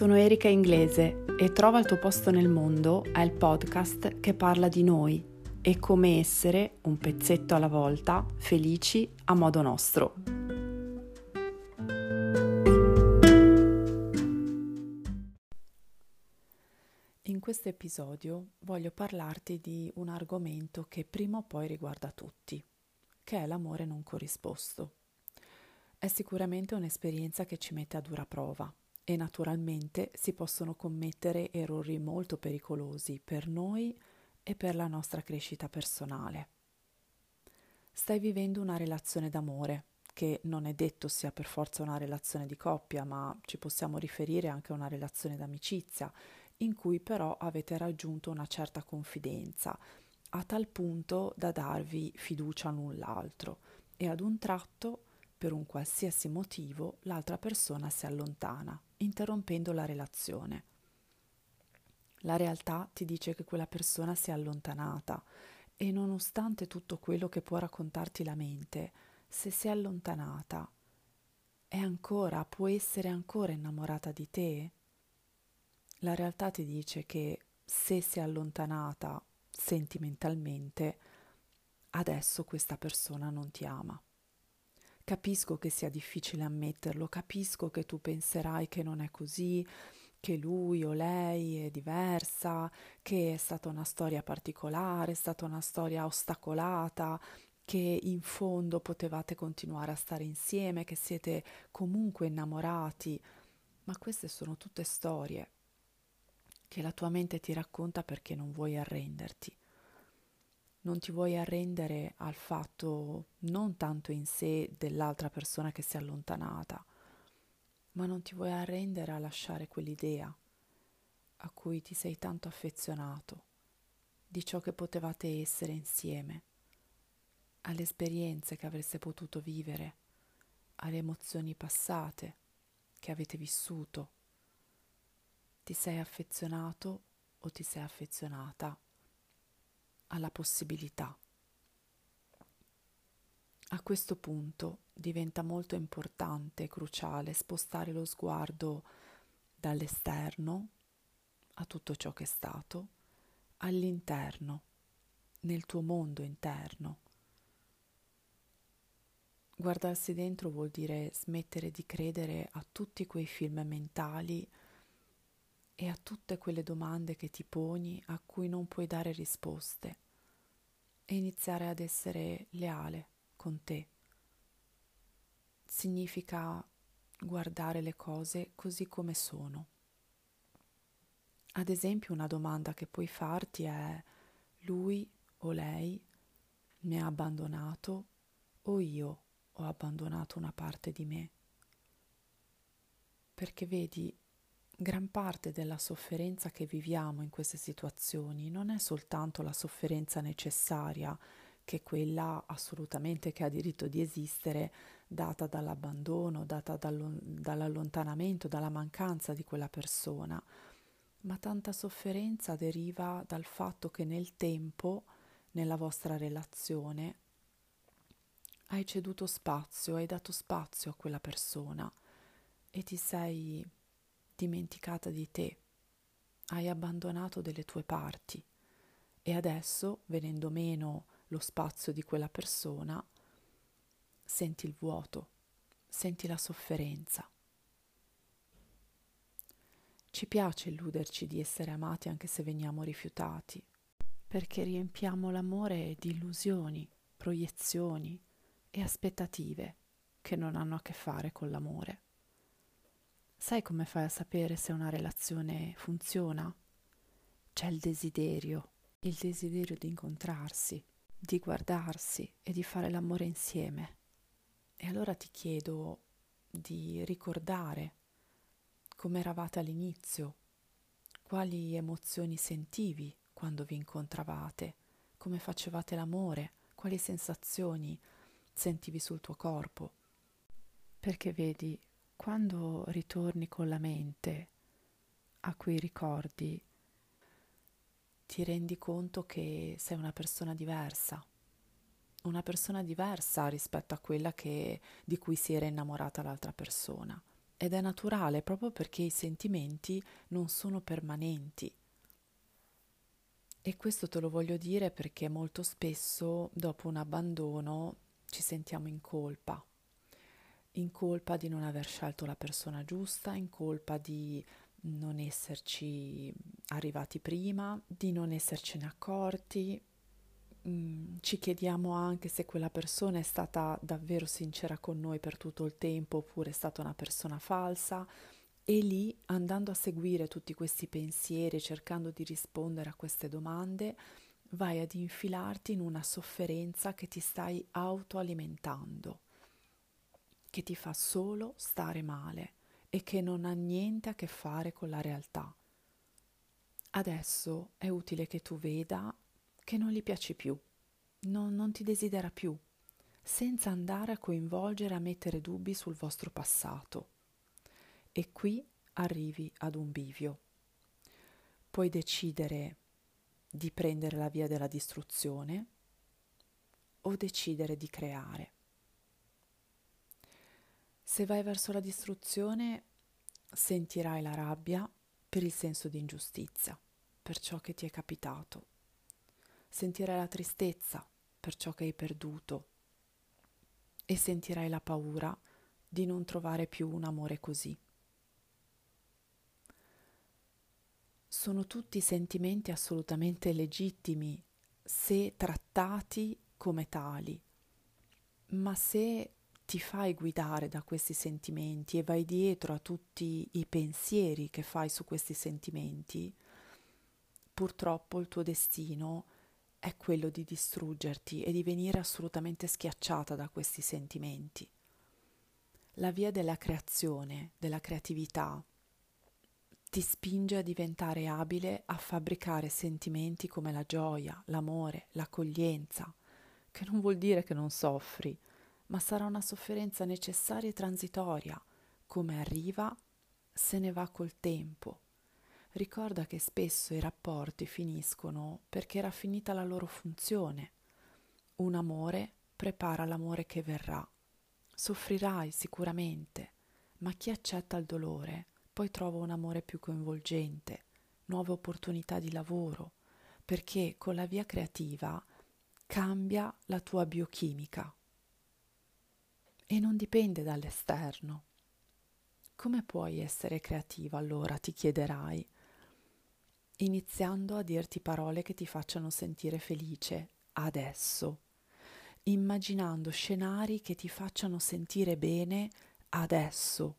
Sono Erika Inglese e Trova il tuo posto nel mondo è il podcast che parla di noi e come essere, un pezzetto alla volta, felici a modo nostro. In questo episodio voglio parlarti di un argomento che prima o poi riguarda tutti, che è l'amore non corrisposto. È sicuramente un'esperienza che ci mette a dura prova. E naturalmente si possono commettere errori molto pericolosi per noi e per la nostra crescita personale. Stai vivendo una relazione d'amore, che non è detto sia per forza una relazione di coppia, ma ci possiamo riferire anche a una relazione d'amicizia, in cui però avete raggiunto una certa confidenza, a tal punto da darvi fiducia l'un l'altro, e ad un tratto, per un qualsiasi motivo, l'altra persona si allontana, interrompendo la relazione. La realtà ti dice che quella persona si è allontanata e nonostante tutto quello che può raccontarti la mente, se si è allontanata, può essere ancora innamorata di te? La realtà ti dice che se si è allontanata sentimentalmente, adesso questa persona non ti ama. Capisco che sia difficile ammetterlo, capisco che tu penserai che non è così, che lui o lei è diversa, che è stata una storia particolare, è stata una storia ostacolata, che in fondo potevate continuare a stare insieme, che siete comunque innamorati, ma queste sono tutte storie che la tua mente ti racconta perché non vuoi arrenderti. Non ti vuoi arrendere al fatto non tanto in sé dell'altra persona che si è allontanata, ma non ti vuoi arrendere a lasciare quell'idea a cui ti sei tanto affezionato, di ciò che potevate essere insieme, alle esperienze che avreste potuto vivere, alle emozioni passate che avete vissuto. Ti sei affezionato o ti sei affezionata alla possibilità. A questo punto diventa molto importante e cruciale spostare lo sguardo dall'esterno a tutto ciò che è stato, all'interno, nel tuo mondo interno. Guardarsi dentro vuol dire smettere di credere a tutti quei film mentali e a tutte quelle domande che ti poni a cui non puoi dare risposte e iniziare ad essere leale con te. Significa guardare le cose così come sono. Ad esempio, una domanda che puoi farti è: lui o lei mi ha abbandonato o io ho abbandonato una parte di me? Perché vedi, gran parte della sofferenza che viviamo in queste situazioni non è soltanto la sofferenza necessaria, che è quella assolutamente che ha diritto di esistere, data dall'abbandono, data dall'allontanamento, dalla mancanza di quella persona, ma tanta sofferenza deriva dal fatto che nel tempo, nella vostra relazione, hai ceduto spazio, hai dato spazio a quella persona e ti sei dimenticata di te, hai abbandonato delle tue parti e adesso, venendo meno lo spazio di quella persona, senti il vuoto, senti la sofferenza. Ci piace illuderci di essere amati anche se veniamo rifiutati, perché riempiamo l'amore di illusioni, proiezioni e aspettative che non hanno a che fare con l'amore. Sai come fai a sapere se una relazione funziona? C'è il desiderio di incontrarsi, di guardarsi e di fare l'amore insieme. E allora ti chiedo di ricordare come eravate all'inizio, quali emozioni sentivi quando vi incontravate, come facevate l'amore, quali sensazioni sentivi sul tuo corpo. Perché vedi, quando ritorni con la mente a quei ricordi, ti rendi conto che sei una persona diversa rispetto a quella di cui si era innamorata l'altra persona. ed è naturale proprio perché i sentimenti non sono permanenti. E questo te lo voglio dire perché molto spesso dopo un abbandono ci sentiamo in colpa di non aver scelto la persona giusta, in colpa di non esserci arrivati prima, di non essercene accorti. Ci chiediamo anche se quella persona è stata davvero sincera con noi per tutto il tempo oppure è stata una persona falsa. E lì, andando a seguire tutti questi pensieri, cercando di rispondere a queste domande, vai ad infilarti in una sofferenza che ti stai autoalimentando, che ti fa solo stare male e che non ha niente a che fare con la realtà. Adesso è utile che tu veda che non gli piaci più, non ti desidera più, senza andare a coinvolgere, a mettere dubbi sul vostro passato. E qui arrivi ad un bivio. Puoi decidere di prendere la via della distruzione o decidere di creare. Se vai verso la distruzione, sentirai la rabbia per il senso di ingiustizia, per ciò che ti è capitato. Sentirai la tristezza per ciò che hai perduto e sentirai la paura di non trovare più un amore così. Sono tutti sentimenti assolutamente legittimi se trattati come tali, ma se ti fai guidare da questi sentimenti e vai dietro a tutti i pensieri che fai su questi sentimenti, purtroppo il tuo destino è quello di distruggerti e di venire assolutamente schiacciata da questi sentimenti. La via della creazione, della creatività, ti spinge a diventare abile a fabbricare sentimenti come la gioia, l'amore, l'accoglienza, che non vuol dire che non soffri, ma sarà una sofferenza necessaria e transitoria, come arriva, se ne va col tempo. Ricorda che spesso i rapporti finiscono perché era finita la loro funzione. Un amore prepara l'amore che verrà. Soffrirai sicuramente, ma chi accetta il dolore poi trova un amore più coinvolgente, nuove opportunità di lavoro, perché con la via creativa cambia la tua biochimica e non dipende dall'esterno. Come puoi essere creativa allora, ti chiederai, iniziando a dirti parole che ti facciano sentire felice adesso, immaginando scenari che ti facciano sentire bene adesso.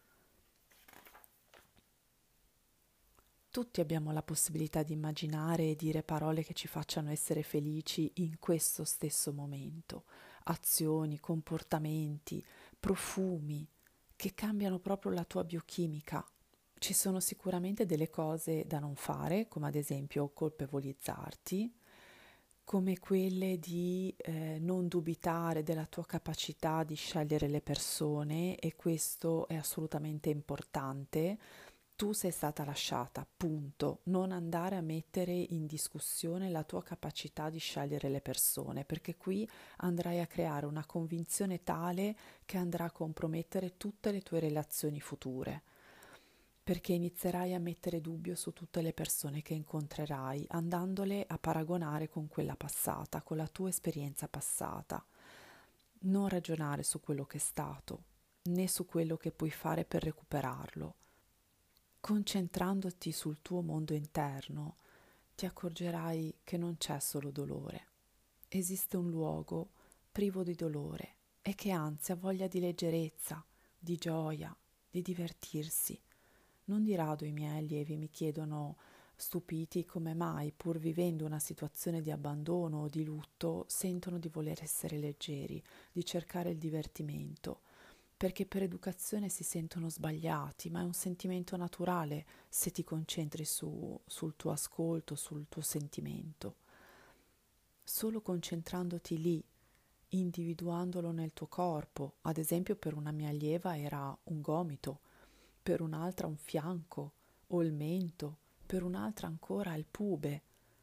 Tutti abbiamo la possibilità di immaginare e dire parole che ci facciano essere felici in questo stesso momento, azioni, comportamenti, profumi che cambiano proprio la tua biochimica. Ci sono sicuramente delle cose da non fare, come ad esempio colpevolizzarti, come quelle di non dubitare della tua capacità di scegliere le persone, e questo è assolutamente importante. Tu sei stata lasciata, punto. Non andare a mettere in discussione la tua capacità di scegliere le persone, perché qui andrai a creare una convinzione tale che andrà a compromettere tutte le tue relazioni future, perché inizierai a mettere dubbio su tutte le persone che incontrerai, andandole a paragonare con quella passata, con la tua esperienza passata. Non ragionare su quello che è stato, né su quello che puoi fare per recuperarlo. Concentrandoti sul tuo mondo interno, ti accorgerai che non c'è solo dolore. Esiste un luogo privo di dolore e che anzi ha voglia di leggerezza, di gioia, di divertirsi. Non di rado i miei allievi mi chiedono, stupiti, come mai, pur vivendo una situazione di abbandono o di lutto, sentono di voler essere leggeri, di cercare il divertimento, perché per educazione si sentono sbagliati, ma è un sentimento naturale se ti concentri sul tuo ascolto, sul tuo sentimento. Solo concentrandoti lì, individuandolo nel tuo corpo, ad esempio per una mia allieva era un gomito, per un'altra un fianco o il mento, per un'altra ancora il pube.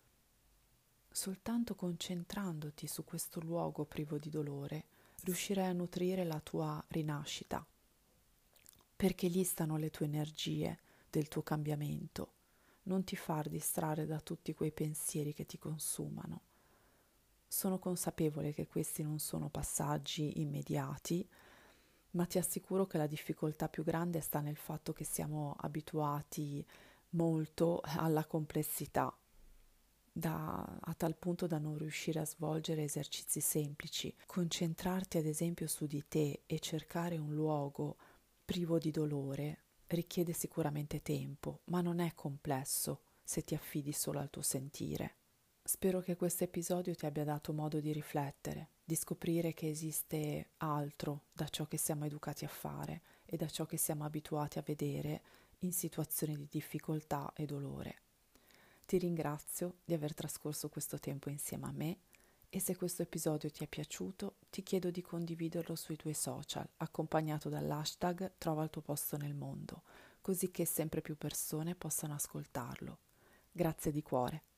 Soltanto concentrandoti su questo luogo privo di dolore riuscirai a nutrire la tua rinascita. perché lì stanno le tue energie del tuo cambiamento. Non ti far distrarre da tutti quei pensieri che ti consumano. Sono consapevole che questi non sono passaggi immediati, ma ti assicuro che la difficoltà più grande sta nel fatto che siamo abituati molto alla complessità, a tal punto da non riuscire a svolgere esercizi semplici. Concentrarti ad esempio su di te e cercare un luogo privo di dolore richiede sicuramente tempo, ma non è complesso se ti affidi solo al tuo sentire. Spero che questo episodio ti abbia dato modo di riflettere, di scoprire che esiste altro da ciò che siamo educati a fare e da ciò che siamo abituati a vedere in situazioni di difficoltà e dolore. Ti ringrazio di aver trascorso questo tempo insieme a me e se questo episodio ti è piaciuto ti chiedo di condividerlo sui tuoi social accompagnato dall'hashtag Trova il tuo posto nel mondo, così che sempre più persone possano ascoltarlo. Grazie di cuore.